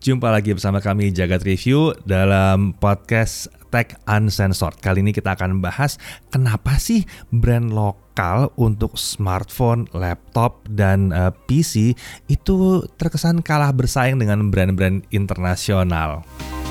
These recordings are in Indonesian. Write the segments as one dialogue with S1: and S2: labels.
S1: Jumpa lagi bersama kami Jagat Review dalam podcast Tech Uncensored. Kali ini kita akan bahas kenapa sih brand lokal untuk smartphone, laptop, dan PC itu terkesan kalah bersaing dengan brand-brand internasional.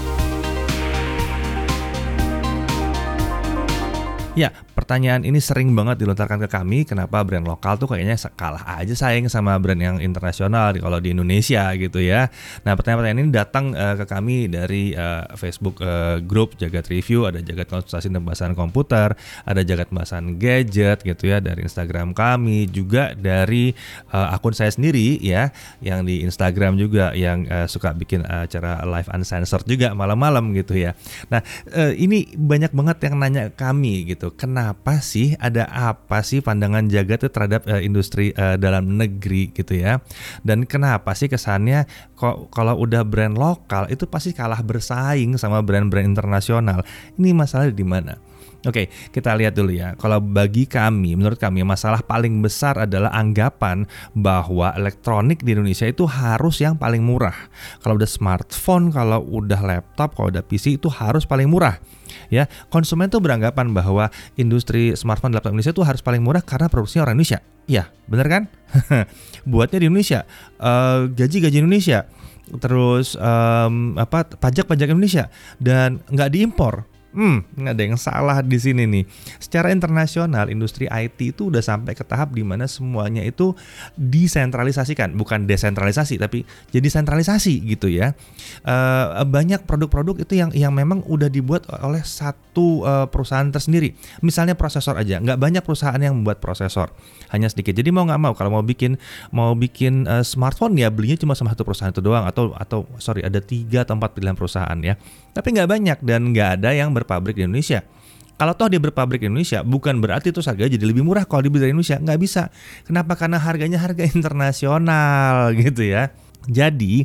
S1: Ya, pertanyaan ini sering banget dilontarkan ke kami, kenapa brand lokal tuh kayaknya kalah aja saing sama brand yang internasional kalau di Indonesia gitu ya. Nah, pertanyaan-pertanyaan ini datang ke kami dari Facebook grup Jagat Review, ada Jagat Konsultasi dan Pembahasan Komputer, ada Jagat Pembahasan Gadget gitu ya, dari Instagram kami, juga dari akun saya sendiri ya, yang di Instagram juga yang suka bikin acara live uncensored juga malam-malam gitu ya. Nah, ini banyak banget yang nanya ke kami gitu. Kenapa sih, ada apa sih pandangan Jagat itu terhadap industri dalam negeri gitu ya? Dan kenapa sih kesannya kok kalau udah brand lokal itu pasti kalah bersaing sama brand-brand internasional? Ini masalahnya di mana? Oke, kita lihat dulu ya. Kalau bagi kami, menurut kami masalah paling besar adalah anggapan bahwa elektronik di Indonesia itu harus yang paling murah. Kalau udah smartphone, kalau udah laptop, kalau udah PC itu harus paling murah. Ya, konsumen tuh beranggapan bahwa industri smartphone laptop Indonesia itu harus paling murah karena produksinya orang Indonesia. Iya, benar kan? Buatnya di Indonesia, gaji Indonesia, terus pajak Indonesia, dan nggak diimpor. Nggak ada yang salah di sini nih. Secara internasional, industri IT itu udah sampai ke tahap di mana semuanya itu disentralisasikan, bukan desentralisasi, tapi jadi sentralisasi gitu ya. Banyak produk-produk itu yang memang udah dibuat oleh satu perusahaan tersendiri. Misalnya prosesor aja, nggak banyak perusahaan yang membuat prosesor, hanya sedikit. Jadi mau nggak mau, kalau mau bikin smartphone ya belinya cuma sama satu perusahaan itu doang, atau ada 3 atau 4 pilihan perusahaan ya. Tapi nggak banyak dan nggak ada yang berpabrik di Indonesia. Kalau toh dia berpabrik di Indonesia, bukan berarti itu harganya jadi lebih murah kalau dibeli dari Indonesia. Nggak bisa. Kenapa? Karena harganya harga internasional gitu ya. Jadi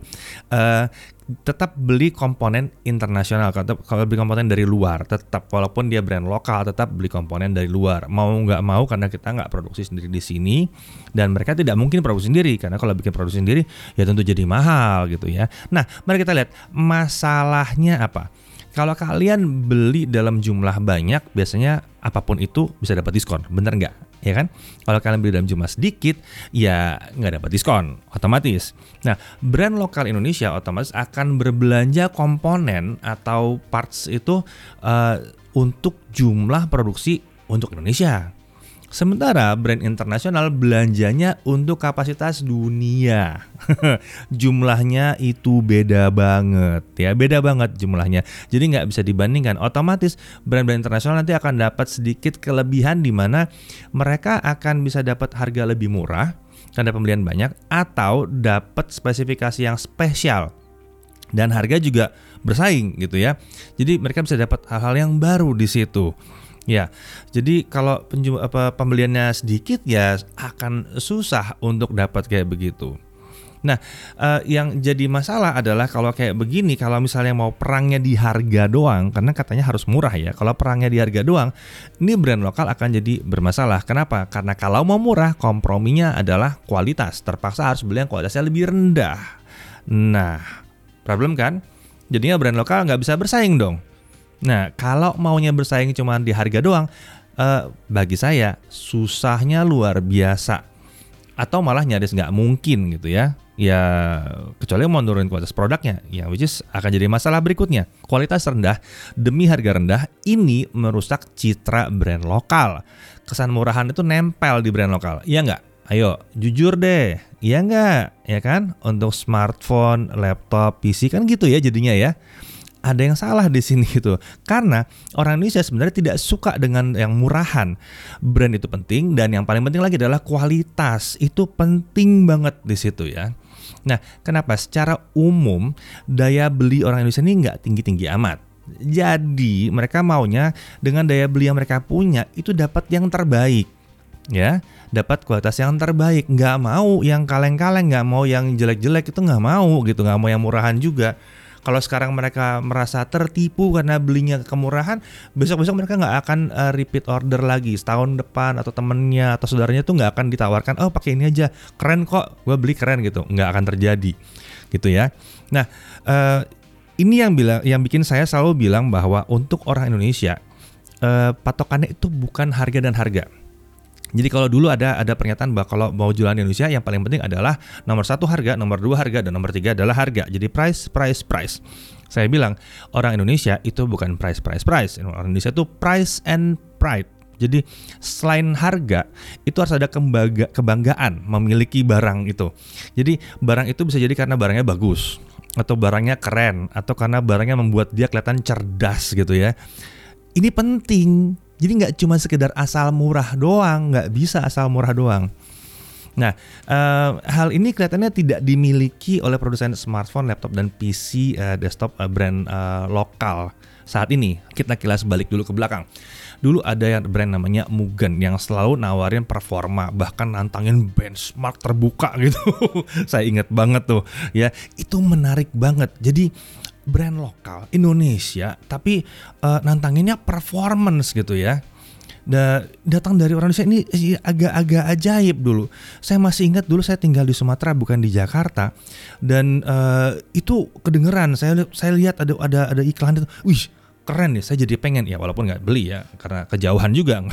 S1: tetap beli komponen internasional. Kalau beli komponen dari luar, tetap walaupun dia brand lokal, tetap beli komponen dari luar. Mau nggak mau, karena kita nggak produksi sendiri di sini, dan mereka tidak mungkin produksi sendiri, karena kalau bikin produksi sendiri ya tentu jadi mahal gitu ya. Nah, mari kita lihat masalahnya apa. Kalau kalian beli dalam jumlah banyak, biasanya apapun itu bisa dapat diskon, bener nggak? Ya kan? Kalau kalian beli dalam jumlah sedikit, ya nggak dapat diskon, otomatis. Nah, brand lokal Indonesia otomatis akan berbelanja komponen atau parts itu untuk jumlah produksi untuk Indonesia. Sementara brand internasional belanjanya untuk kapasitas dunia. Jumlahnya itu beda banget ya, beda banget jumlahnya. Jadi nggak bisa dibandingkan. Otomatis brand-brand internasional nanti akan dapat sedikit kelebihan di mana mereka akan bisa dapat harga lebih murah karena pembelian banyak, atau dapat spesifikasi yang spesial dan harga juga bersaing gitu ya. Jadi mereka bisa dapat hal-hal yang baru di situ. Ya, jadi kalau pembeliannya sedikit ya akan susah untuk dapat kayak begitu. Nah, yang jadi masalah adalah kalau kayak begini, kalau misalnya mau perangnya di harga doang, karena katanya harus murah ya. Kalau perangnya di harga doang, ini brand lokal akan jadi bermasalah. Kenapa? Karena kalau mau murah, komprominya adalah kualitas. Terpaksa harus beli yang kualitasnya lebih rendah. Nah, problem kan? Jadinya brand lokal nggak bisa bersaing dong. Nah, kalau maunya bersaing cuma di harga doang, bagi saya susahnya luar biasa, atau malah nyaris nggak mungkin gitu ya. Ya, kecuali mau nurunin kualitas produknya, ya which is akan jadi masalah berikutnya. Kualitas rendah demi harga rendah ini merusak citra brand lokal. Kesan murahan itu nempel di brand lokal, iya nggak? Ayo, jujur deh, iya nggak? Ya kan? Untuk smartphone, laptop, PC kan gitu ya jadinya ya. Ada yang salah di sini gitu. Karena orang Indonesia sebenarnya tidak suka dengan yang murahan. Brand itu penting, dan yang paling penting lagi adalah kualitas. Itu penting banget di situ ya. Nah, kenapa? Secara umum daya beli orang Indonesia ini nggak tinggi-tinggi amat. Jadi mereka maunya dengan daya beli yang mereka punya itu dapat yang terbaik. Ya, dapat kualitas yang terbaik. Nggak mau yang kaleng-kaleng, nggak mau yang jelek-jelek, itu nggak mau gitu. Nggak mau yang murahan juga. Kalau sekarang mereka merasa tertipu karena belinya kemurahan, besok-besok mereka nggak akan repeat order lagi. Setahun depan atau temennya atau saudaranya tuh nggak akan ditawarkan, oh pakai ini aja, keren kok, gue beli keren gitu. Nggak akan terjadi gitu ya. Nah, ini yang bikin saya selalu bilang bahwa untuk orang Indonesia patokannya itu bukan harga dan harga. Jadi kalau dulu ada pernyataan bahwa kalau mau jualan di Indonesia yang paling penting adalah nomor 1 harga, nomor 2 harga, dan nomor 3 adalah harga. Jadi price. Saya bilang orang Indonesia itu bukan price. Orang Indonesia itu price and pride. Jadi selain harga itu harus ada kebanggaan memiliki barang itu. Jadi barang itu bisa jadi karena barangnya bagus, atau barangnya keren, atau karena barangnya membuat dia kelihatan cerdas gitu ya. Ini penting. Jadi nggak cuma sekedar asal murah doang, nggak bisa asal murah doang. Nah, hal ini kelihatannya tidak dimiliki oleh produsen smartphone, laptop, dan PC desktop brand lokal saat ini. Kita kilas balik dulu ke belakang. Dulu ada yang brand namanya Mugen yang selalu nawarin performa, bahkan nantangin benchmark terbuka gitu. Saya ingat banget tuh, ya. Itu menarik banget. Jadi brand lokal Indonesia tapi nantanginnya performance gitu ya. Datang dari orang Indonesia ini agak-agak ajaib dulu. Saya masih ingat dulu saya tinggal di Sumatera bukan di Jakarta, dan itu kedengeran. Saya lihat ada iklan itu, wih keren nih, saya jadi pengen ya, walaupun nggak beli ya karena kejauhan juga,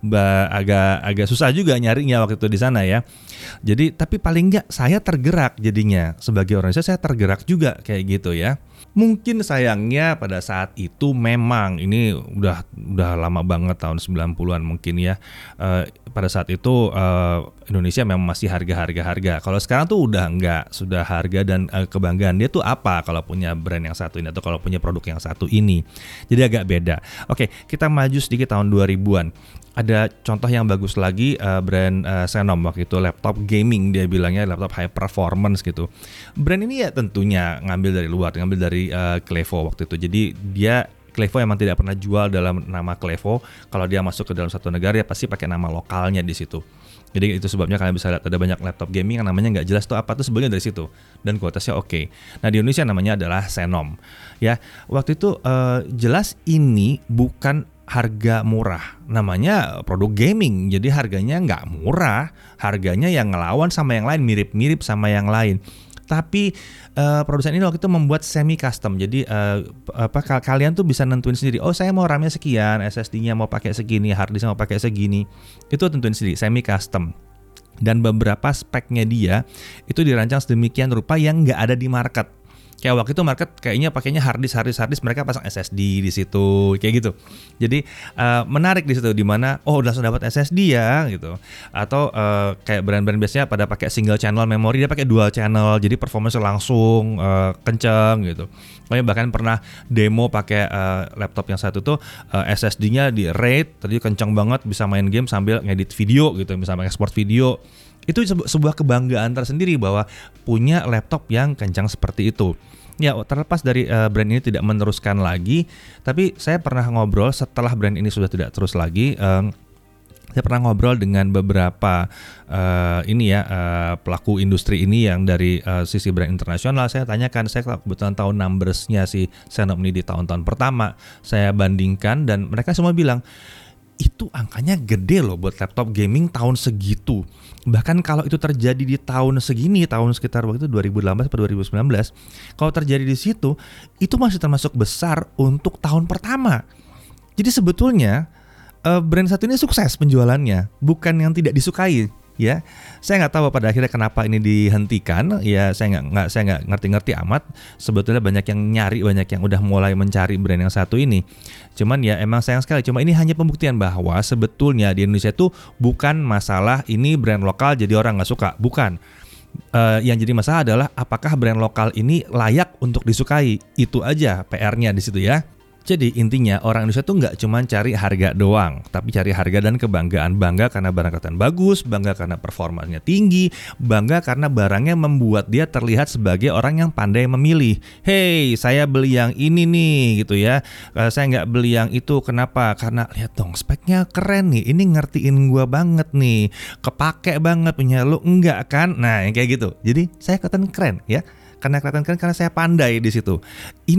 S1: agak susah juga nyarinya waktu itu di sana ya. Jadi tapi paling nggak saya tergerak jadinya, sebagai orang Indonesia saya tergerak juga kayak gitu ya. Mungkin sayangnya pada saat itu memang ini udah lama banget, tahun 90-an mungkin ya. Pada saat itu Indonesia memang masih harga. Kalau sekarang tuh udah enggak, sudah harga dan kebanggaan dia tuh apa kalau punya brand yang satu ini atau kalau punya produk yang satu ini. Jadi agak beda. Oke, kita maju sedikit tahun 2000-an. Ada contoh yang bagus lagi, brand Xenom waktu itu, laptop gaming, dia bilangnya laptop high performance gitu. Brand ini ya tentunya ngambil dari luar, ngambil dari Clevo waktu itu. Jadi Clevo emang tidak pernah jual dalam nama Clevo. Kalau dia masuk ke dalam satu negara ya pasti pakai nama lokalnya di situ. Jadi itu sebabnya kalian bisa lihat ada banyak laptop gaming yang namanya nggak jelas tuh apa, tuh sebenarnya dari situ dan kualitasnya oke. Nah di Indonesia namanya adalah Xenom. Ya waktu itu jelas ini bukan harga murah, namanya produk gaming, jadi harganya nggak murah, harganya yang ngelawan sama yang lain, mirip-mirip sama yang lain. Tapi produsen ini waktu itu membuat semi custom, jadi kalian tuh bisa nentuin sendiri, oh saya mau RAM-nya sekian, SSD-nya mau pakai segini, hard disk-nya mau pakai segini, itu tentuin sendiri, semi custom. Dan beberapa speknya dia itu dirancang sedemikian rupa yang nggak ada di market. Kayak waktu itu market kayaknya pakainya hard disk, mereka pasang SSD di situ kayak gitu. Jadi menarik di situ, di mana udah langsung dapat SSD ya gitu. Atau kayak brand-brand biasanya pada pakai single channel memory, dia pakai dual channel, jadi performance langsung kenceng gitu. Bahkan pernah demo pakai laptop yang satu tuh SSD-nya di RAID, tadi kenceng banget, bisa main game sambil ngedit video gitu, bisa ekspor video. Itu sebuah kebanggaan tersendiri bahwa punya laptop yang kencang seperti itu. Ya terlepas dari brand ini tidak meneruskan lagi, tapi saya pernah ngobrol setelah brand ini sudah tidak terus lagi. Saya pernah ngobrol dengan beberapa pelaku industri ini yang dari sisi brand internasional. Saya tanyakan, saya kebetulan tahu numbersnya si Xenom ini di tahun-tahun pertama. Saya bandingkan dan mereka semua bilang, itu angkanya gede loh buat laptop gaming tahun segitu. Bahkan kalau itu terjadi di tahun segini, tahun sekitar waktu itu 2018 atau 2019, kalau terjadi di situ, itu masih termasuk besar untuk tahun pertama. Jadi sebetulnya brand satu ini sukses penjualannya, bukan yang tidak disukai. Ya, saya nggak tahu pada akhirnya kenapa ini dihentikan. Ya, saya nggak ngerti amat. Sebetulnya banyak yang nyari, banyak yang udah mulai mencari brand yang satu ini. Cuman ya emang sayang sekali. Cuma ini hanya pembuktian bahwa sebetulnya di Indonesia itu bukan masalah ini brand lokal jadi orang nggak suka, bukan. Yang jadi masalah adalah apakah brand lokal ini layak untuk disukai. Itu aja PR-nya di situ ya. Jadi intinya orang Indonesia tuh nggak cuma cari harga doang, tapi cari harga dan kebanggaan. Bangga karena barang kelihatan bagus, bangga karena performanya tinggi, bangga karena barangnya membuat dia terlihat sebagai orang yang pandai memilih. Hey, saya beli yang ini nih gitu ya, saya nggak beli yang itu. Kenapa? Karena lihat dong speknya keren nih, ini ngertiin gua banget nih, kepake banget, punya lu enggak kan? Nah yang kayak gitu. Jadi saya kelihatan keren ya. Karena kelihatan keren karena saya pandai di situ. Ini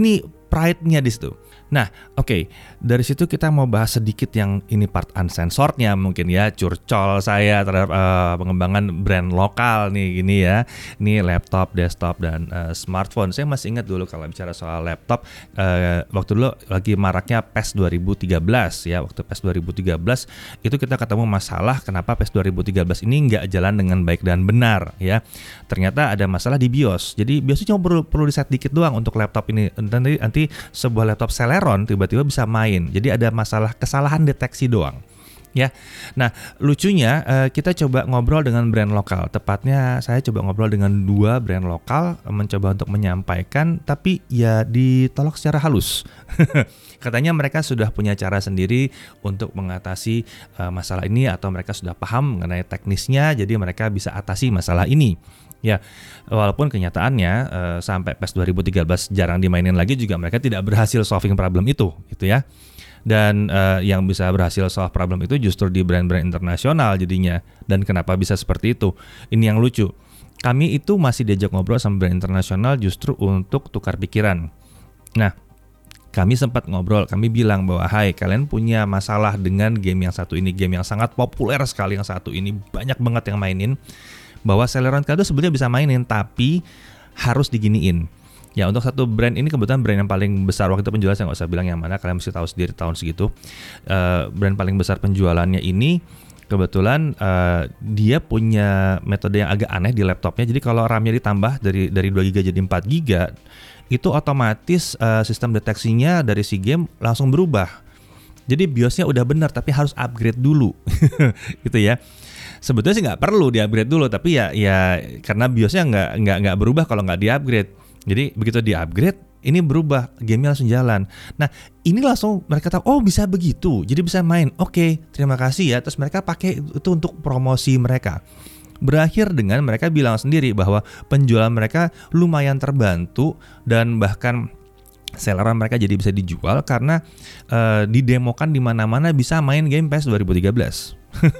S1: pride-nya di situ. Nah, oke, dari situ kita mau bahas sedikit yang ini part uncensored-nya mungkin ya, curcol saya terhadap pengembangan brand lokal nih gini ya. Ini laptop, desktop dan smartphone. Saya masih ingat dulu kalau bicara soal laptop, waktu dulu lagi maraknya PES 2013 ya. Waktu PES 2013 itu kita ketemu masalah kenapa PES 2013 ini nggak jalan dengan baik dan benar ya. Ternyata ada masalah di BIOS. Jadi BIOS cuma perlu di-set dikit doang untuk laptop ini. Nanti sebuah laptop Celeron tiba-tiba bisa main. Jadi ada masalah kesalahan deteksi doang. Ya, nah lucunya kita coba ngobrol dengan brand lokal. Tepatnya saya coba ngobrol dengan 2 brand lokal, mencoba untuk menyampaikan, tapi ya ditolak secara halus. Katanya mereka sudah punya cara sendiri untuk mengatasi masalah ini, atau mereka sudah paham mengenai teknisnya, jadi mereka bisa atasi masalah ini. Ya, walaupun kenyataannya sampai PES 2013 jarang dimainin lagi juga mereka tidak berhasil solving problem itu, gitu ya. Dan yang bisa berhasil solve problem itu justru di brand-brand internasional jadinya. Dan kenapa bisa seperti itu? Ini yang lucu. Kami itu masih diajak ngobrol sama brand internasional justru untuk tukar pikiran. Nah, kami sempat ngobrol, kami bilang bahwa hai, kalian punya masalah dengan game yang satu ini, game yang sangat populer sekali yang satu ini, banyak banget yang mainin. Bahwa Celeron kalian sebenarnya bisa mainin, tapi harus diginiin. Ya, untuk satu brand ini kebetulan brand yang paling besar waktu itu penjualan, saya nggak usah bilang yang mana, kalian mesti tahu sendiri tahun segitu. Brand paling besar penjualannya ini kebetulan dia punya metode yang agak aneh di laptopnya. Jadi kalau RAM-nya ditambah dari 2 GB jadi 4 GB, itu otomatis sistem deteksinya dari si game langsung berubah. Jadi BIOS-nya udah benar tapi harus upgrade dulu. Gitu ya. Sebetulnya sih nggak perlu di-upgrade dulu, tapi ya karena BIOS-nya nggak berubah kalau nggak di-upgrade. Jadi begitu di-upgrade, ini berubah, gamenya langsung jalan. Nah, ini langsung mereka tahu, oh bisa begitu, jadi bisa main. Oke, terima kasih ya. Terus mereka pakai itu untuk promosi mereka. Berakhir dengan mereka bilang sendiri bahwa penjualan mereka lumayan terbantu dan bahkan Celeron mereka jadi bisa dijual karena didemokan di mana-mana bisa main game PES 2013.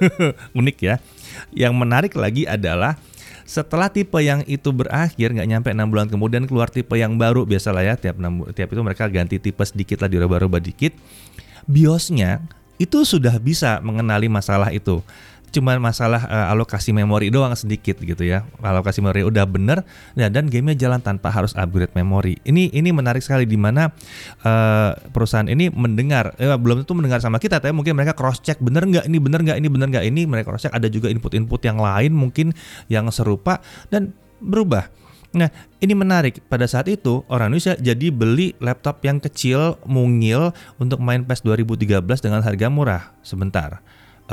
S1: Unik ya. Yang menarik lagi adalah setelah tipe yang itu berakhir, nggak nyampe 6 bulan kemudian keluar tipe yang baru. Biasalah ya, tiap itu mereka ganti tipe sedikit lah, dirubah-rubah dikit. BIOS-nya itu sudah bisa mengenali masalah itu. Cuma masalah alokasi memori doang sedikit gitu ya. Alokasi memori udah bener, dan gamenya jalan tanpa harus upgrade memori. Ini menarik sekali di mana perusahaan ini mendengar, belum tentu mendengar sama kita, tapi mungkin mereka cross check bener nggak ini, bener nggak ini, bener nggak ini. Mereka cross check ada juga input-input yang lain mungkin yang serupa dan berubah. Nah, ini menarik. Pada saat itu orang Indonesia jadi beli laptop yang kecil, mungil untuk main PES 2013 dengan harga murah. Sebentar.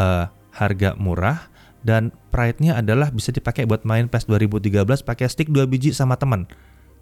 S1: Harga murah dan pride-nya adalah bisa dipakai buat main PES 2013 pakai stick 2 biji sama teman.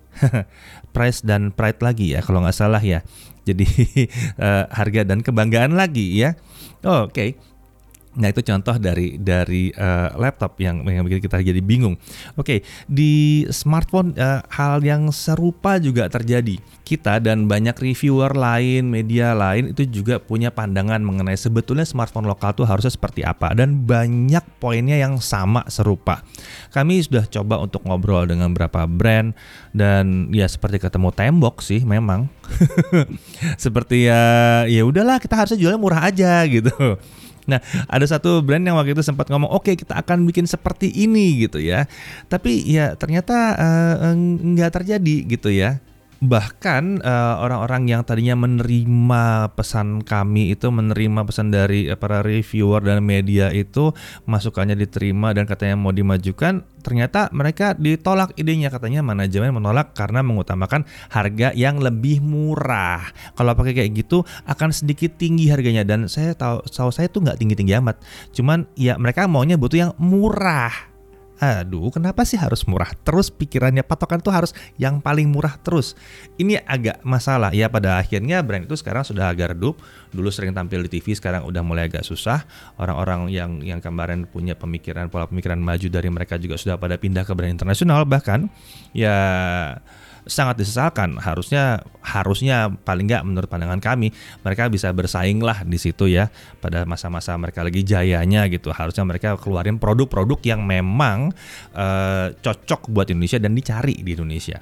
S1: Price dan pride lagi ya kalau nggak salah ya. Jadi harga dan kebanggaan lagi ya. Oke. Nah, itu contoh dari laptop yang bikin kita jadi bingung. Oke, di smartphone hal yang serupa juga terjadi. Kita dan banyak reviewer lain, media lain itu juga punya pandangan mengenai sebetulnya smartphone lokal tuh harusnya seperti apa, dan banyak poinnya yang sama serupa. Kami sudah coba untuk ngobrol dengan beberapa brand dan ya seperti ketemu tembok sih memang. Seperti ya udahlah, kita harusnya jualnya murah aja gitu. Nah, ada satu brand yang waktu itu sempat ngomong, oke, kita akan bikin seperti ini gitu ya. Tapi ya ternyata nggak terjadi gitu ya. Bahkan orang-orang yang tadinya menerima pesan kami itu, menerima pesan dari para reviewer dan media itu, masukannya diterima dan katanya mau dimajukan, ternyata mereka ditolak idenya. Katanya manajemen menolak karena mengutamakan harga yang lebih murah. Kalau pakai kayak gitu akan sedikit tinggi harganya, dan saya tahu saya tuh nggak tinggi-tinggi amat. Cuman ya mereka maunya butuh yang murah. Aduh, kenapa sih harus murah terus? Pikirannya patokan tuh harus yang paling murah terus. Ini agak masalah ya. Pada akhirnya brand itu sekarang sudah agak redup. Dulu sering tampil di TV, sekarang udah mulai agak susah. Orang-orang yang kemarin punya pola pemikiran maju dari mereka juga sudah pada pindah ke brand internasional. Bahkan ya sangat disesalkan. Harusnya paling nggak menurut pandangan kami mereka bisa bersaing lah di situ ya, pada masa-masa mereka lagi jayanya gitu. Harusnya mereka keluarin produk-produk yang memang cocok buat Indonesia dan dicari di Indonesia.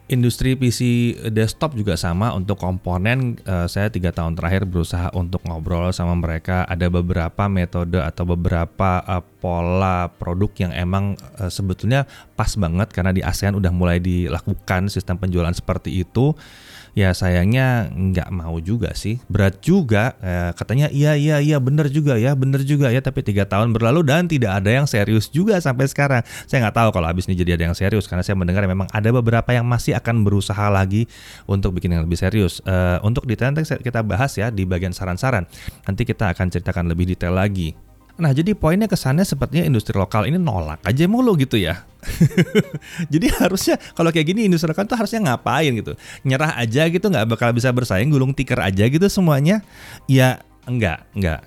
S1: Industri PC desktop juga sama untuk komponen. Saya 3 tahun terakhir berusaha untuk ngobrol sama mereka. Ada beberapa metode atau beberapa pola produk yang emang sebetulnya pas banget karena di ASEAN udah mulai dilakukan sistem penjualan seperti itu. Ya sayangnya nggak mau juga sih, berat juga. Katanya iya bener juga ya, tapi 3 tahun berlalu dan tidak ada yang serius juga sampai sekarang. Saya nggak tahu kalau abis ini jadi ada yang serius, karena saya mendengar memang ada beberapa yang masih akan berusaha lagi untuk bikin yang lebih serius. Untuk detail nanti kita bahas ya di bagian saran-saran. Nanti kita akan ceritakan lebih detail lagi. Nah, jadi poinnya kesannya sepertinya industri lokal ini nolak aja mulu gitu ya. Jadi harusnya kalau kayak gini industri lokal tuh harusnya ngapain gitu? Nyerah aja gitu, nggak bakal bisa bersaing, gulung tikar aja gitu semuanya? Ya enggak.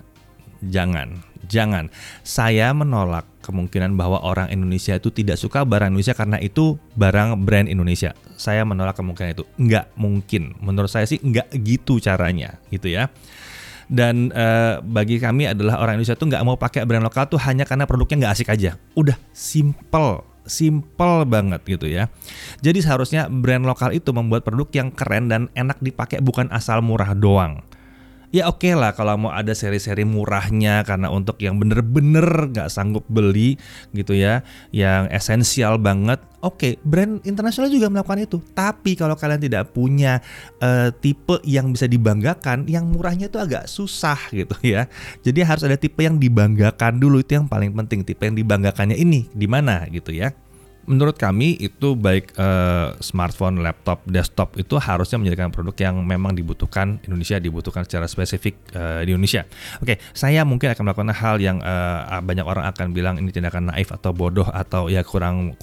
S1: Jangan. Saya menolak kemungkinan bahwa orang Indonesia itu tidak suka barang Indonesia karena itu barang brand Indonesia. Saya menolak kemungkinan itu. Nggak mungkin. Menurut saya sih nggak gitu caranya gitu ya. Dan bagi kami adalah orang Indonesia tuh nggak mau pakai brand lokal tuh hanya karena produknya nggak asik aja. Udah simple banget gitu ya. Jadi seharusnya brand lokal itu membuat produk yang keren dan enak dipakai, bukan asal murah doang. Ya oke lah kalau mau ada seri-seri murahnya karena untuk yang bener-bener gak sanggup beli gitu ya, yang esensial banget. Oke, brand internasional juga melakukan itu. Tapi kalau kalian tidak punya tipe yang bisa dibanggakan, yang murahnya itu agak susah gitu ya. Jadi harus ada tipe yang dibanggakan dulu, itu yang paling penting. Tipe yang dibanggakannya ini di mana gitu ya. Menurut kami itu baik smartphone, laptop, desktop itu harusnya menjadikan produk yang memang dibutuhkan secara spesifik di Indonesia. Oke, saya mungkin akan melakukan hal yang banyak orang akan bilang ini tindakan naif atau bodoh atau ya kurang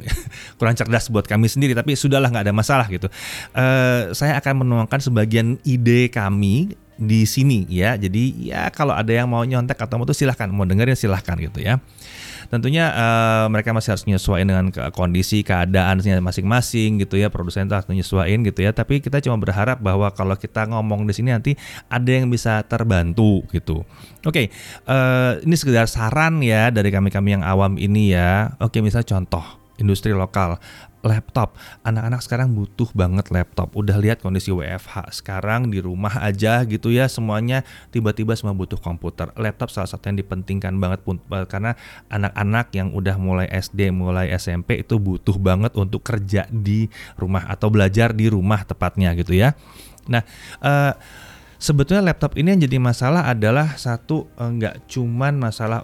S1: cerdas buat kami sendiri, tapi sudahlah, nggak ada masalah gitu. Saya akan menuangkan sebagian ide kami di sini ya. Jadi ya kalau ada yang mau nyontek atau mau tuh silahkan, mau dengerin silahkan gitu ya. Tentunya mereka masih harus menyesuaikan dengan kondisi keadaannya masing-masing gitu ya. Produsen itu harus menyesuaikan gitu ya. Tapi kita cuma berharap bahwa kalau kita ngomong di sini nanti ada yang bisa terbantu gitu. Oke, ini sekedar saran ya dari kami yang awam ini ya. Oke, misalnya contoh industri lokal. Laptop, anak-anak sekarang butuh banget laptop. Udah lihat kondisi WFH sekarang di rumah aja gitu ya, semuanya tiba-tiba semua butuh komputer. Laptop salah satu yang dipentingkan banget karena anak-anak yang udah mulai SD, mulai SMP itu butuh banget untuk kerja di rumah atau belajar di rumah tepatnya gitu ya. Nah, sebetulnya laptop ini yang jadi masalah adalah satu, nggak cuman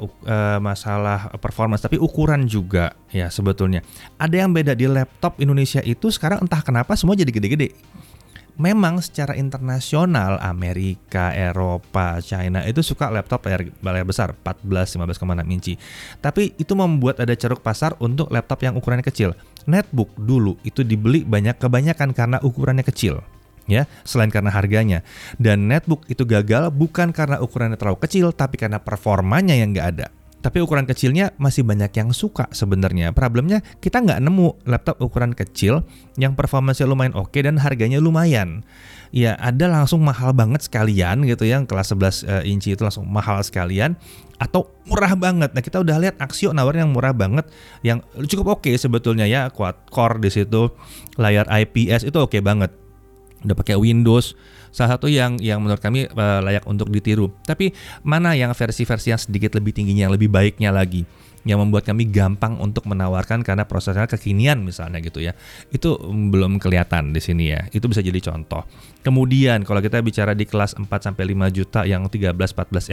S1: masalah performance, tapi ukuran juga ya sebetulnya. Ada yang beda di laptop Indonesia itu sekarang entah kenapa semua jadi gede-gede. Memang secara internasional Amerika, Eropa, China itu suka laptop layar besar 14-15,6 inci. Tapi itu membuat ada ceruk pasar untuk laptop yang ukurannya kecil. Netbook dulu itu dibeli kebanyakan karena ukurannya kecil. Ya, selain karena harganya. Dan netbook itu gagal bukan karena ukurannya terlalu kecil, tapi karena performanya yang nggak ada. Tapi ukuran kecilnya masih banyak yang suka sebenarnya. Problemnya kita nggak nemu laptop ukuran kecil yang performanya lumayan oke dan harganya lumayan. Ya ada langsung mahal banget sekalian gitu ya, kelas 11 inci itu langsung mahal sekalian atau murah banget. Nah kita udah lihat Axio nawarin yang murah banget, yang cukup oke sebetulnya ya, quad core di situ, layar IPS itu oke banget. Udah pakai Windows, salah satu yang menurut kami layak untuk ditiru. Tapi mana yang versi-versi yang sedikit lebih tingginya, yang lebih baiknya lagi, yang membuat kami gampang untuk menawarkan karena prosesnya kekinian misalnya gitu ya. Itu belum kelihatan di sini ya. Itu bisa jadi contoh. Kemudian kalau kita bicara di kelas 4 sampai 5 juta yang 14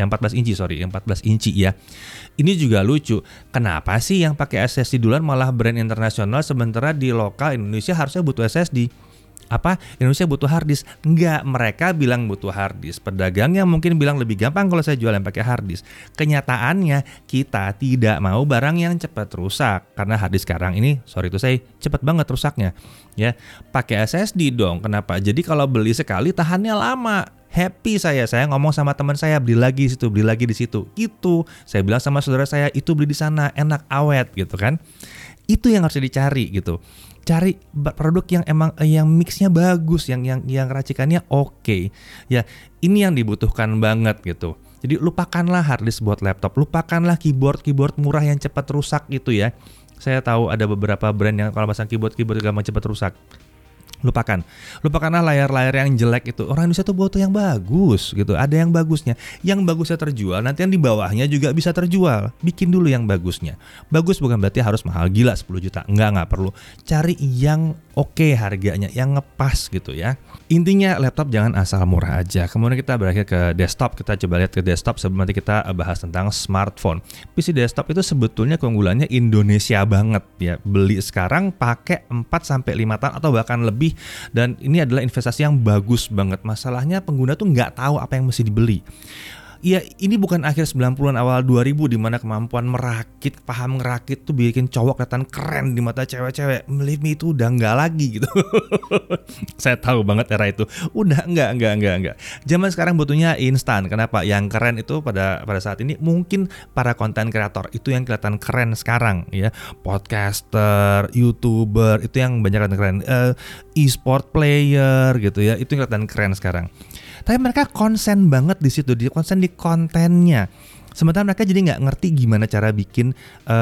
S1: inci ya. Ini juga lucu. Kenapa sih yang pakai SSD duluan malah brand internasional, sementara di lokal Indonesia harusnya butuh SSD? Apa Indonesia butuh harddisk? Enggak, mereka bilang butuh harddisk. Pedagangnya mungkin bilang lebih gampang kalau saya jual yang pakai harddisk. Kenyataannya kita tidak mau barang yang cepat rusak karena harddisk sekarang ini cepat banget rusaknya. Ya, pakai SSD dong. Kenapa? Jadi kalau beli sekali tahannya lama. Happy saya ngomong sama teman saya beli lagi di situ. Itu saya bilang sama saudara saya itu beli di sana enak awet gitu kan. Itu yang harus dicari gitu. Cari produk yang emang yang mixnya bagus, yang racikannya oke. Ya, ini yang dibutuhkan banget gitu. Jadi lupakanlah harddisk buat laptop, lupakanlah keyboard murah yang cepat rusak gitu ya. Saya tahu ada beberapa brand yang kalau pasang keyboard gampang cepat rusak. lupakanlah layar-layar yang jelek itu. Orang Indonesia tuh butuh yang bagus gitu, ada yang bagusnya terjual, nanti yang di bawahnya juga bisa terjual. Bikin dulu yang bagusnya. Bagus bukan berarti harus mahal gila 10 juta, enggak perlu. Cari yang oke harganya, yang ngepas gitu ya. Intinya laptop jangan asal murah aja. Kemudian kita berakhir ke desktop, kita coba lihat ke desktop sebelum nanti kita bahas tentang smartphone. PC desktop itu sebetulnya keunggulannya Indonesia banget ya. Beli sekarang pakai 4-5 tahun atau bahkan lebih, dan ini adalah investasi yang bagus banget. Masalahnya pengguna tuh nggak tahu apa yang mesti dibeli. Ya ini bukan akhir 90-an awal 2000 di mana kemampuan merakit, paham ngerakit tuh bikin cowok kelihatan keren di mata cewek-cewek. Believe me, itu udah nggak lagi gitu. Saya tahu banget era itu. Udah nggak. Zaman sekarang butuhnya instan. Kenapa? Yang keren itu pada saat ini mungkin para konten kreator itu yang kelihatan keren sekarang ya. Podcaster, YouTuber itu yang banyak kelihatan keren. E-sport player gitu ya. Itu yang kelihatan keren sekarang. Tapi mereka konsen banget di situ, konsen di kontennya. Sementara mereka jadi nggak ngerti gimana cara bikin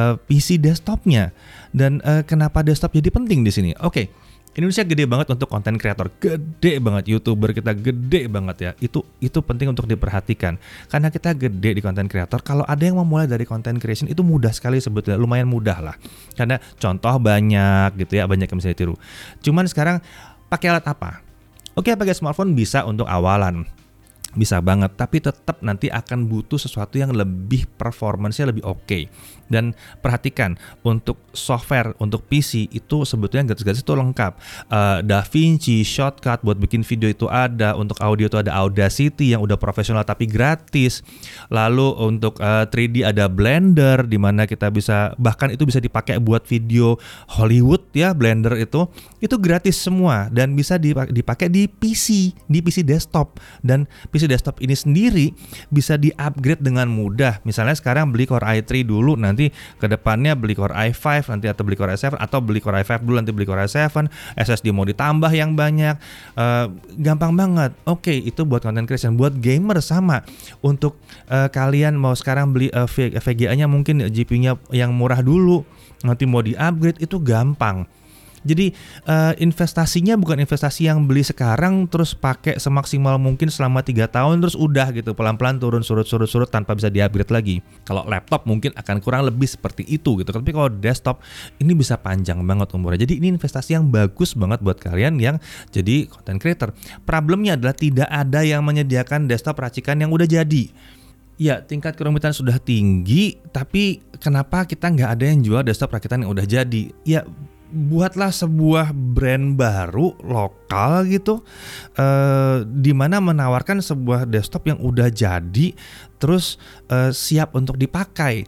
S1: PC desktopnya, dan kenapa desktop jadi penting di sini. Oke, Indonesia gede banget untuk konten kreator, gede banget, YouTuber kita gede banget ya. Itu penting untuk diperhatikan karena kita gede di konten kreator. Kalau ada yang memulai dari konten creation itu mudah sekali sebetulnya, lumayan mudah lah. Karena contoh banyak gitu ya, banyak yang bisa ditiru. Cuman sekarang pakai alat apa? Oke, pakai smartphone bisa untuk awalan, bisa banget, tapi tetap nanti akan butuh sesuatu yang lebih performance-nya lebih oke. Dan perhatikan, untuk software, untuk PC itu sebetulnya gratis-gratis itu lengkap. DaVinci, Shotcut buat bikin video itu ada, untuk audio itu ada Audacity yang udah profesional tapi gratis. Lalu untuk 3D ada Blender di mana kita bisa, bahkan itu bisa dipakai buat video Hollywood ya, Blender itu gratis semua dan bisa dipakai di PC desktop. Dan PC desktop ini sendiri bisa di-upgrade dengan mudah. Misalnya sekarang beli Core i3 dulu, nanti ke depannya beli Core i5 nanti, atau beli Core i7, atau beli Core i5 dulu nanti beli Core i7, SSD mau ditambah yang banyak, gampang banget. Oke, itu buat content creation. Buat gamer sama, untuk kalian mau sekarang beli VGA-nya mungkin GPU-nya yang murah dulu, nanti mau di-upgrade itu gampang. Jadi investasinya bukan investasi yang beli sekarang terus pakai semaksimal mungkin selama 3 tahun terus udah gitu, pelan-pelan turun surut tanpa bisa di-upgrade lagi. Kalau laptop mungkin akan kurang lebih seperti itu gitu. Tapi kalau desktop ini bisa panjang banget umurnya. Jadi ini investasi yang bagus banget buat kalian yang jadi content creator. Problemnya adalah tidak ada yang menyediakan desktop racikan yang udah jadi. Ya, tingkat kerumitan sudah tinggi, tapi kenapa kita nggak ada yang jual desktop rakitan yang udah jadi? Ya, buatlah sebuah brand baru lokal gitu, di mana menawarkan sebuah desktop yang udah jadi, terus siap untuk dipakai.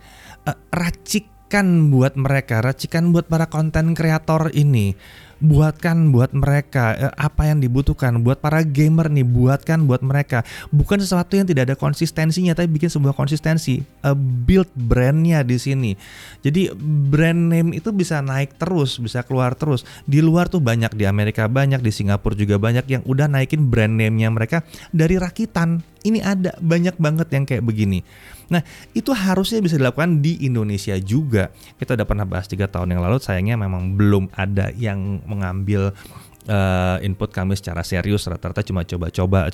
S1: Racikan buat para konten kreator ini. Buatkan buat mereka apa yang dibutuhkan. Buat para gamer nih, buatkan buat mereka. Bukan sesuatu yang tidak ada konsistensinya, tapi bikin sebuah konsistensi. Build brandnya di sini. Jadi brand name itu bisa naik terus, bisa keluar terus. Di luar tuh banyak, di Amerika banyak, di Singapura juga banyak yang udah naikin brand name-nya mereka dari rakitan. Ini ada banyak banget yang kayak begini. Nah, itu harusnya bisa dilakukan di Indonesia juga. Kita udah pernah bahas 3 tahun yang lalu, sayangnya memang belum ada yang mengambil input kami secara serius. Rata-rata cuma coba-coba.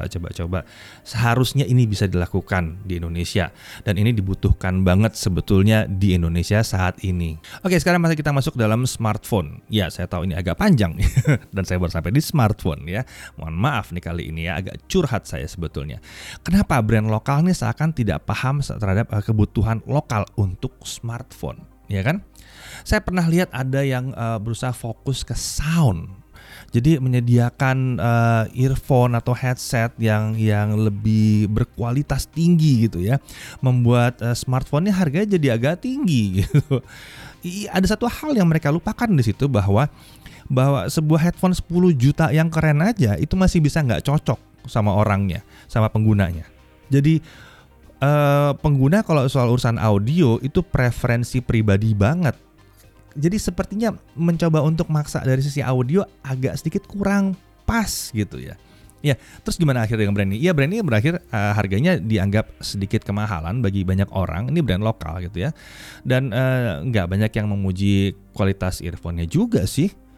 S1: Seharusnya ini bisa dilakukan di Indonesia, dan ini dibutuhkan banget sebetulnya di Indonesia saat ini. Oke, sekarang mari kita masuk dalam smartphone. Ya, saya tahu ini agak panjang dan saya baru sampai di smartphone ya. Mohon maaf nih kali ini ya, agak curhat saya sebetulnya. Kenapa brand lokal nih seakan tidak paham terhadap kebutuhan lokal untuk smartphone, ya kan? Saya pernah lihat ada yang berusaha fokus ke sound. Jadi menyediakan earphone atau headset yang lebih berkualitas tinggi gitu ya. Membuat smartphone-nya harganya jadi agak tinggi gitu. Ada satu hal yang mereka lupakan di situ, bahwa sebuah headphone 10 juta yang keren aja itu masih bisa nggak cocok sama orangnya, sama penggunanya. Jadi pengguna kalau soal urusan audio itu preferensi pribadi banget. Jadi sepertinya mencoba untuk maksa dari sisi audio agak sedikit kurang pas gitu ya. Ya, terus gimana akhirnya dengan brand ini? Ya, brand ini berakhir harganya dianggap sedikit kemahalan bagi banyak orang. Ini brand lokal gitu ya. Dan nggak banyak yang memuji kualitas earphone-nya juga sih.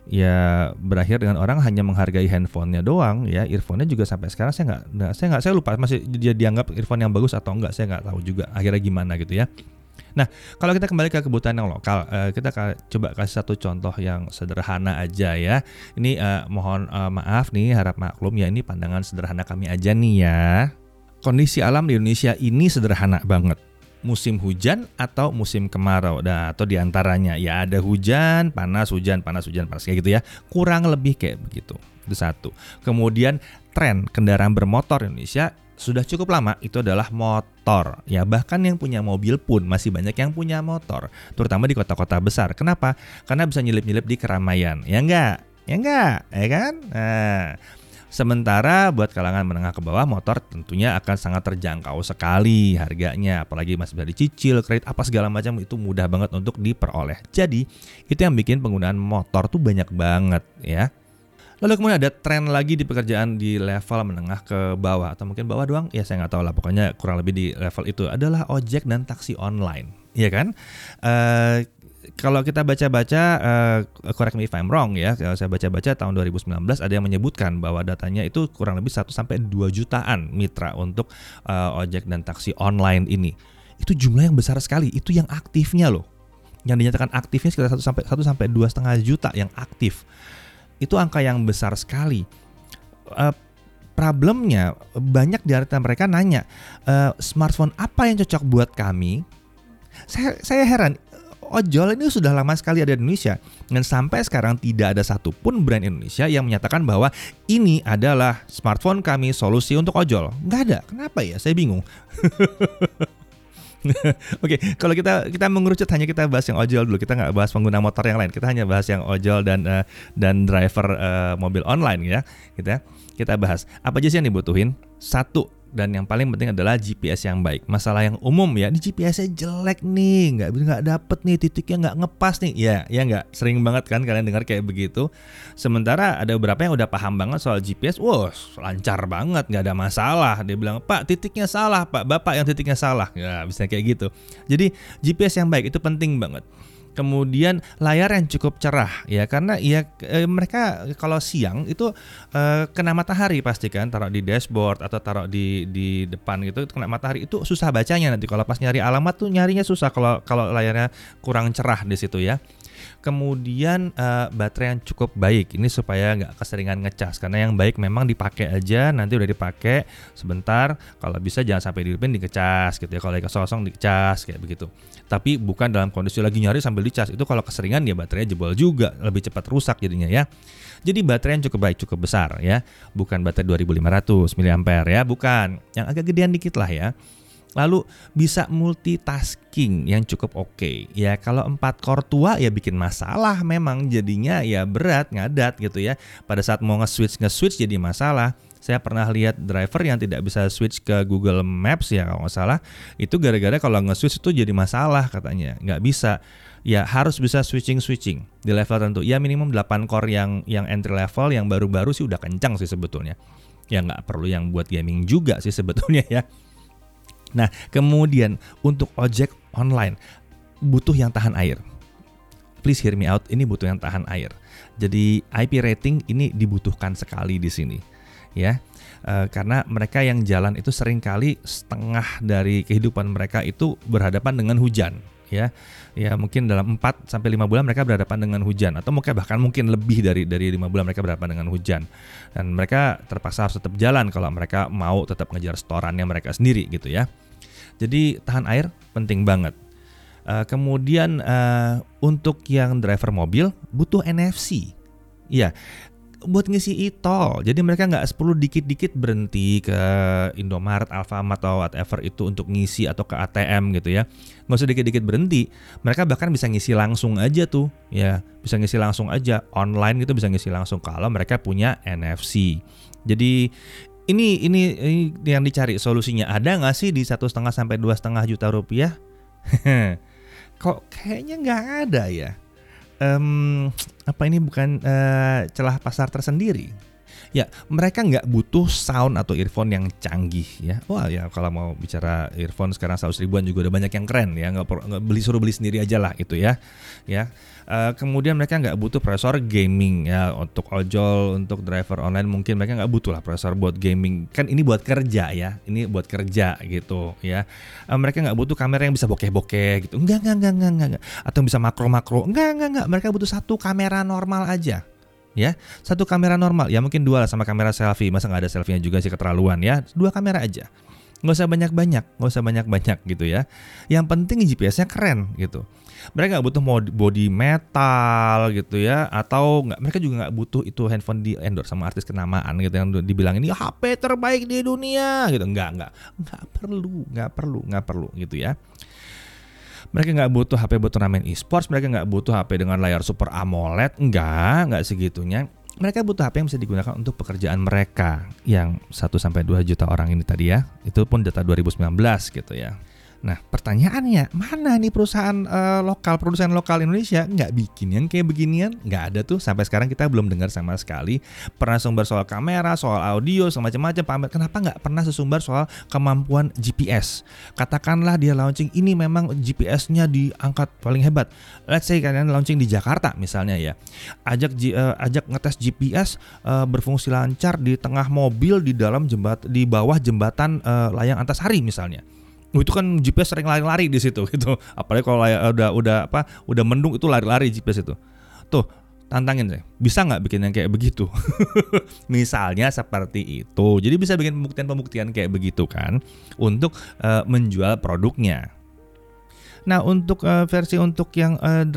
S1: ya berakhir dengan orang hanya menghargai handphonenya doang ya. Earphone-nya juga sampai sekarang saya lupa masih dia dianggap earphone yang bagus atau enggak, saya nggak tahu juga akhirnya gimana gitu ya. Nah, kalau kita kembali ke kebutuhan yang lokal, kita coba kasih satu contoh yang sederhana aja ya. Ini mohon maaf nih, harap maklum ya, ini pandangan sederhana kami aja nih ya. Kondisi alam di Indonesia ini sederhana banget. Musim hujan atau musim kemarau, atau diantaranya ya ada hujan, panas, panas kayak gitu ya. Kurang lebih kayak begitu. Itu satu. Kemudian tren kendaraan bermotor di Indonesia sudah cukup lama itu adalah motor. Ya, bahkan yang punya mobil pun masih banyak yang punya motor, terutama di kota-kota besar. Kenapa? Karena bisa nyelip-nyelip di keramaian. Ya enggak? Ya kan? Nah, sementara buat kalangan menengah ke bawah, motor tentunya akan sangat terjangkau sekali harganya, apalagi masih bisa dicicil, kredit apa segala macam, itu mudah banget untuk diperoleh. Jadi, itu yang bikin penggunaan motor tuh banyak banget ya. Lalu kemudian ada tren lagi di pekerjaan di level menengah ke bawah, atau mungkin bawah doang, ya saya nggak tahu lah, pokoknya kurang lebih di level itu adalah ojek dan taksi online, ya kan? Kalau kita baca-baca, correct me if I'm wrong ya, kalau saya baca-baca tahun 2019 ada yang menyebutkan bahwa datanya itu kurang lebih 1-2 jutaan mitra untuk ojek dan taksi online ini. Itu jumlah yang besar sekali, itu yang aktifnya loh. Yang dinyatakan aktifnya sekitar 1-2,5 juta yang aktif. Itu angka yang besar sekali. Problemnya banyak di antara mereka nanya, smartphone apa yang cocok buat kami? Saya heran, ojol ini sudah lama sekali ada di Indonesia, dan sampai sekarang tidak ada satupun brand Indonesia yang menyatakan bahwa ini adalah smartphone kami solusi untuk ojol. Nggak ada. Kenapa ya? Saya bingung. Oke, kalau kita mengerucut, hanya kita bahas yang ojol dulu. Kita nggak bahas pengguna motor yang lain. Kita hanya bahas yang ojol dan driver mobil online ya. Kita bahas apa aja sih yang dibutuhin. Satu, dan yang paling penting adalah GPS yang baik. Masalah yang umum ya, di GPS-nya jelek nih, nggak dapet nih, titiknya nggak ngepas nih. Ya nggak, sering banget kan kalian dengar kayak begitu. Sementara ada beberapa yang udah paham banget soal GPS, lancar banget, nggak ada masalah. Dia bilang, Pak, titiknya salah, Pak, Bapak yang titiknya salah. Ya bisa kayak gitu. Jadi GPS yang baik itu penting banget. Kemudian layar yang cukup cerah ya, karena mereka kalau siang itu kena matahari pasti kan, taruh di dashboard atau taruh di depan gitu, kena matahari itu susah bacanya, nanti kalau pas nyari alamat tuh nyarinya susah kalau layarnya kurang cerah di situ ya. Kemudian baterai yang cukup baik, ini supaya nggak keseringan ngecas, karena yang baik memang dipakai aja, nanti udah dipakai sebentar, kalau bisa jangan sampai dihidupin, dikecas gitu ya, kalau lagi kosong dicas kayak begitu. Tapi bukan dalam kondisi lagi nyari sambil dicas, itu kalau keseringan ya baterainya jebol juga, lebih cepat rusak jadinya ya. Jadi baterai yang cukup baik, cukup besar ya, bukan baterai 2500 mAh ya, bukan, yang agak gedean dikit lah ya. Lalu bisa multitasking yang cukup oke. Ya kalau 4 core tua ya bikin masalah, memang jadinya ya berat, ngadat gitu ya. Pada saat mau nge-switch jadi masalah. Saya pernah lihat driver yang tidak bisa switch ke Google Maps ya kalau nggak salah. Itu gara-gara kalau nge-switch itu jadi masalah katanya. Nggak bisa. Ya harus bisa switching di level tertentu. Ya minimum 8 core yang entry level, yang baru-baru sih udah kencang sih sebetulnya. Ya nggak perlu yang buat gaming juga sih sebetulnya ya. Nah, kemudian untuk ojek online butuh yang tahan air. Please hear me out, ini butuh yang tahan air. Jadi IP rating ini dibutuhkan sekali di sini, ya. Karena mereka yang jalan itu seringkali setengah dari kehidupan mereka itu berhadapan dengan hujan, ya. Ya mungkin dalam 4-5 bulan mereka berhadapan dengan hujan, atau mungkin lebih dari 5 bulan mereka berhadapan dengan hujan. Dan mereka terpaksa harus tetap jalan kalau mereka mau tetap ngejar setorannya mereka sendiri gitu ya. Jadi tahan air penting banget. Kemudian untuk yang driver mobil butuh NFC. Ya, buat ngisi e-tol. Jadi mereka nggak perlu dikit-dikit berhenti ke Indomaret, Alfamart atau whatever itu untuk ngisi, atau ke ATM gitu ya. Nggak usah dikit-dikit berhenti. Mereka bahkan bisa ngisi langsung aja tuh. Ya, bisa ngisi langsung aja. Online gitu bisa ngisi langsung kalau mereka punya NFC. Jadi ini yang dicari solusinya. Ada nggak sih di 1,5-2,5 juta rupiah? Kok kayaknya nggak ada ya. Apa ini bukan celah pasar tersendiri? Ya, mereka nggak butuh sound atau earphone yang canggih ya. Wah ya, kalau mau bicara earphone sekarang 100 ribuan juga udah banyak yang keren ya. Nggak suruh beli sendiri aja lah itu ya. Ya. Kemudian mereka nggak butuh prosesor gaming ya, untuk ojol, untuk driver online mungkin mereka nggak butuh lah prosesor buat gaming. Kan ini buat kerja ya. Ini buat kerja gitu ya. Mereka nggak butuh kamera yang bisa bokeh-bokeh gitu. Enggak. Atau bisa makro-makro. Enggak. Mereka butuh satu kamera normal aja. Ya, satu kamera normal, ya mungkin dua lah sama kamera selfie, masa nggak ada selfie-nya juga sih, keterlaluan ya, 2 kamera aja, nggak usah banyak gitu ya, yang penting GPS-nya keren gitu. Mereka nggak butuh body metal gitu ya, atau nggak, mereka juga nggak butuh itu handphone di endorse sama artis kenamaan gitu yang dibilang ini HP terbaik di dunia gitu, nggak perlu gitu ya. Mereka nggak butuh HP buat turnamen e-sports, mereka nggak butuh HP dengan layar Super AMOLED, nggak segitunya. Mereka butuh HP yang bisa digunakan untuk pekerjaan mereka yang 1-2 juta orang ini tadi ya. Itu pun data 2019 gitu ya. Nah pertanyaannya, mana nih perusahaan produsen lokal Indonesia nggak bikin yang kayak beginian? Nggak ada tuh, sampai sekarang kita belum dengar sama sekali. Pernah sumber soal kamera, soal audio, semacam-macam pamer. Kenapa nggak pernah sesumbar soal kemampuan GPS? Katakanlah dia launching ini memang GPS-nya diangkat paling hebat. Let's say kalian launching di Jakarta misalnya ya. Ajak ngetes GPS berfungsi lancar di tengah mobil di bawah jembatan layang Antasari misalnya. Itu kan GPS sering lari-lari di situ gitu. Apalagi kalau udah mendung itu lari-lari GPS itu. Tuh, tantangin saya. Bisa nggak bikin yang kayak begitu? Misalnya seperti itu. Jadi bisa bikin pembuktian kayak begitu kan untuk menjual produknya. Nah, untuk versi untuk yang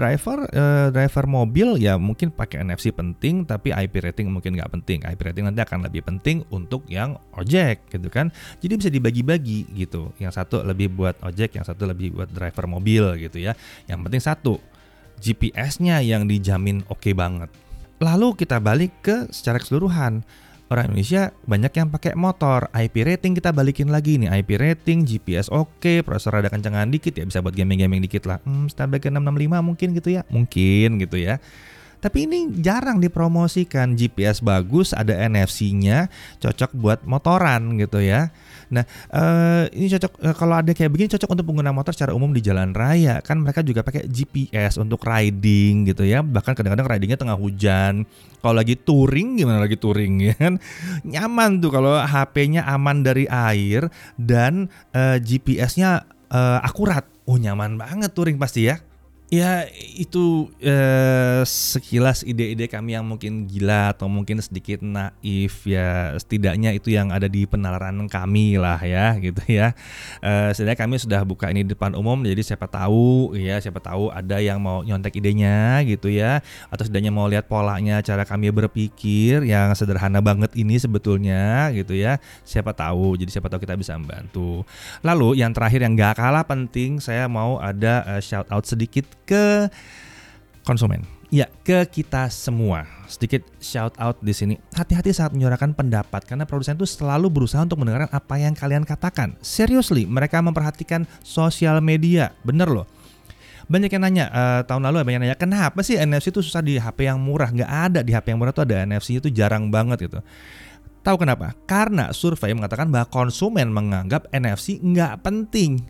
S1: driver mobil ya mungkin pakai NFC penting, tapi IP rating mungkin nggak penting. IP rating nanti akan lebih penting untuk yang ojek gitu kan. Jadi bisa dibagi-bagi gitu. Yang satu lebih buat ojek, yang satu lebih buat driver mobil gitu ya. Yang penting satu, GPS-nya yang dijamin oke banget. Lalu kita balik ke secara keseluruhan. Orang Indonesia banyak yang pakai motor, IP rating kita balikin lagi nih, IP rating, GPS oke, prosesor ada kencangan dikit ya, bisa buat gaming dikit lah, Snapdragon 665 mungkin gitu ya. Tapi ini jarang dipromosikan. GPS bagus, ada NFC-nya, cocok buat motoran gitu ya. Nah, ini cocok kalau ada kayak begini cocok untuk pengguna motor secara umum di jalan raya. Kan mereka juga pakai GPS untuk riding gitu ya. Bahkan kadang-kadang ridingnya tengah hujan. Kalau lagi touring, gimana lagi touring ya kan? Nyaman tuh kalau HP-nya aman dari air dan GPS-nya akurat. Oh, nyaman banget touring pasti ya. Ya itu sekilas ide-ide kami yang mungkin gila atau mungkin sedikit naif ya, setidaknya itu yang ada di penalaran kami lah ya gitu ya. Setidaknya kami sudah buka ini di depan umum, jadi siapa tahu ada yang mau nyontek idenya gitu ya, atau setidaknya mau lihat polanya cara kami berpikir yang sederhana banget ini sebetulnya gitu ya. Siapa tahu kita bisa membantu. Lalu yang terakhir yang gak kalah penting, saya mau ada shout out sedikit ke konsumen. Ya, ke kita semua. Sedikit shout out di sini. Hati-hati saat menyuarakan pendapat karena produsen itu selalu berusaha untuk mendengarkan apa yang kalian katakan. Seriously, mereka memperhatikan sosial media. Bener loh. Banyak yang nanya, tahun lalu banyak yang nanya, kenapa sih NFC itu susah di HP yang murah? Nggak ada, di HP yang murah tuh ada NFC itu jarang banget gitu. Tahu kenapa? Karena survei mengatakan bahwa konsumen menganggap NFC nggak penting.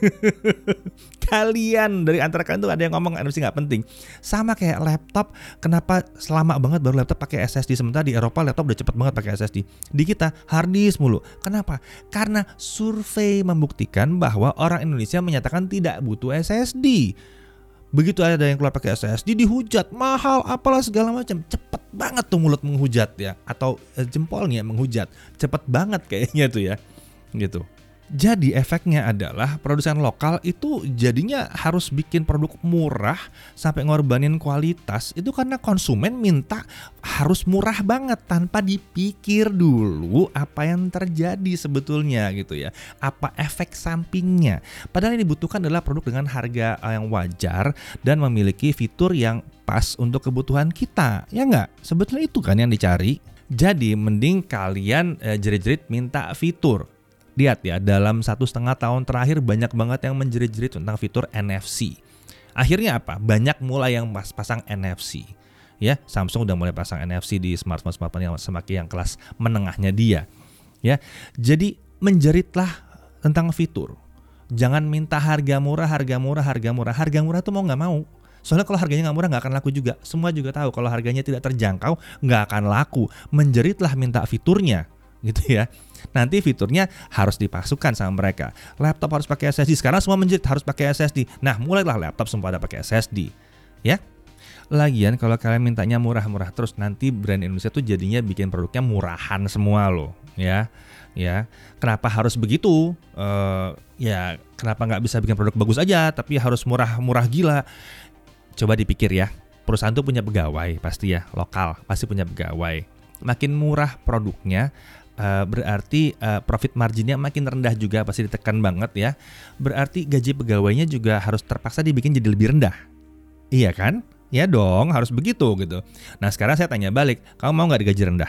S1: Kalian dari antara kalian tuh ada yang ngomong NFC nggak penting. Sama kayak laptop, kenapa lama banget baru laptop pakai SSD, sementara di Eropa laptop udah cepet banget pakai SSD. Di kita hard disk mulu. Kenapa? Karena survei membuktikan bahwa orang Indonesia menyatakan tidak butuh SSD. Begitu ada yang keluar pakai SSD dihujat, mahal apalah segala macam. Cepet banget tuh mulut menghujat ya, atau jempolnya menghujat. Cepet banget kayaknya tuh ya. Gitu. Jadi efeknya adalah produsen lokal itu jadinya harus bikin produk murah sampai ngorbanin kualitas. Itu karena konsumen minta harus murah banget tanpa dipikir dulu apa yang terjadi sebetulnya gitu ya. Apa efek sampingnya. Padahal yang dibutuhkan adalah produk dengan harga yang wajar dan memiliki fitur yang pas untuk kebutuhan kita. Ya enggak? Sebetulnya itu kan yang dicari. Jadi mending kalian jerit-jerit minta fitur. Lihat ya, dalam 1,5 tahun terakhir banyak banget yang menjerit-jerit tentang fitur NFC. Akhirnya apa? Banyak mulai yang pasang NFC. Ya, Samsung udah mulai pasang NFC di smartphone yang semakin yang kelas menengahnya dia. Ya, jadi menjeritlah tentang fitur. Jangan minta harga murah tuh mau nggak mau. Soalnya kalau harganya nggak murah nggak akan laku juga. Semua juga tahu kalau harganya tidak terjangkau nggak akan laku. Menjeritlah minta fiturnya, gitu ya. Nanti fiturnya harus dipasukkan sama mereka. Laptop harus pakai SSD. Sekarang semua menjerit harus pakai SSD. Nah, mulailah laptop semua ada pakai SSD, ya. Lagian kalau kalian mintanya murah-murah terus, nanti brand Indonesia tuh jadinya bikin produknya murahan semua loh, ya. Ya, kenapa harus begitu? Ya, kenapa nggak bisa bikin produk bagus aja, tapi harus murah-murah gila? Coba dipikir ya, perusahaan tuh punya pegawai pasti ya, lokal pasti punya pegawai. Makin murah produknya, berarti profit marginnya makin rendah juga, pasti ditekan banget ya. Berarti gaji pegawainya juga harus terpaksa dibikin jadi lebih rendah. Iya kan? Ya dong, harus begitu gitu. Nah sekarang saya tanya balik, kamu mau nggak digaji rendah?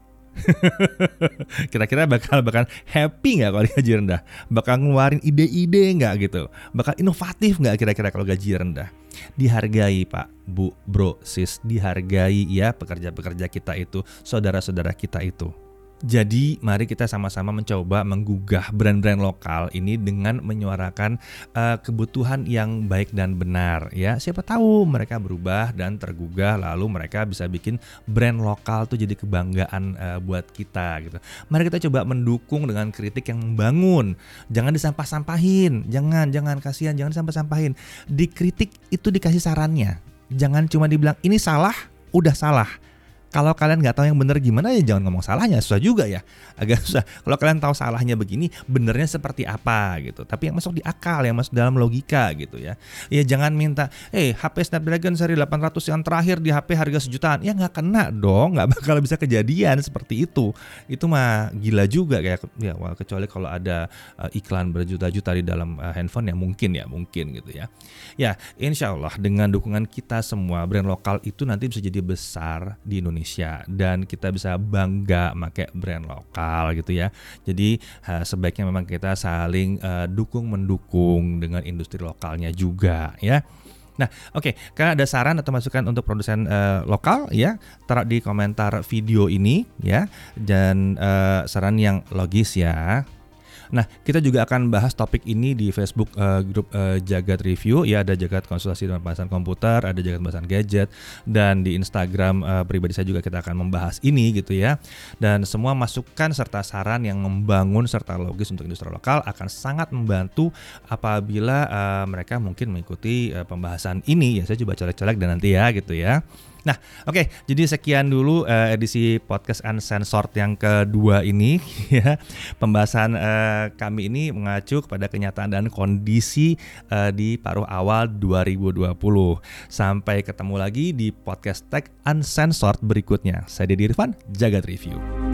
S1: Kira-kira bakal happy nggak kalau gaji rendah? Bakal ngeluarin ide-ide nggak gitu? Bakal inovatif nggak kira-kira kalau gaji rendah? Dihargai Pak, Bu, Bro, Sis, dihargai ya pekerja-pekerja kita itu, saudara-saudara kita itu. Jadi mari kita sama-sama mencoba menggugah brand-brand lokal ini dengan menyuarakan kebutuhan yang baik dan benar ya. Siapa tahu mereka berubah dan tergugah, lalu mereka bisa bikin brand lokal tuh jadi kebanggaan buat kita gitu. Mari kita coba mendukung dengan kritik yang membangun. Jangan disampah-sampahin, jangan kasihan, jangan disampah-sampahin. Dikritik itu dikasih sarannya. Jangan cuma dibilang ini salah, udah salah. Kalau kalian nggak tahu yang benar gimana ya jangan ngomong salahnya, susah juga ya, agak susah. Kalau kalian tahu salahnya begini, benernya seperti apa gitu. Tapi yang masuk di akal, yang masuk dalam logika gitu ya. Ya jangan minta, HP Snapdragon seri 800 yang terakhir di HP harga sejutaan. Ya nggak kena dong, nggak bakal bisa kejadian seperti itu. Itu mah gila juga kayak ya, kecuali kalau ada iklan berjuta-juta di dalam handphone ya mungkin gitu ya. Ya insya Allah dengan dukungan kita semua brand lokal itu nanti bisa jadi besar di Indonesia. Dan kita bisa bangga pakai brand lokal gitu ya. Jadi sebaiknya memang kita saling dukung-mendukung dengan industri lokalnya juga ya. Nah oke, kalau ada saran atau masukan untuk produsen lokal ya, taruh di komentar video ini ya. Dan saran yang logis ya. Nah, kita juga akan bahas topik ini di Facebook grup Jagat Review. Ya, ada Jagat Konsultasi dan Pembahasan Komputer, ada Jagat Pembahasan Gadget, dan di Instagram pribadi saya juga kita akan membahas ini gitu ya. Dan semua masukan serta saran yang membangun serta logis untuk industri lokal akan sangat membantu apabila mereka mungkin mengikuti pembahasan ini. Ya, saya coba colek-colek dan nanti ya gitu ya. Nah, oke, jadi sekian dulu edisi podcast Uncensored yang kedua ini ya. Pembahasan kami ini mengacu kepada kenyataan dan kondisi di paruh awal 2020. Sampai ketemu lagi di podcast Tech Uncensored berikutnya. Saya Deddy Irfan, Jagat Review.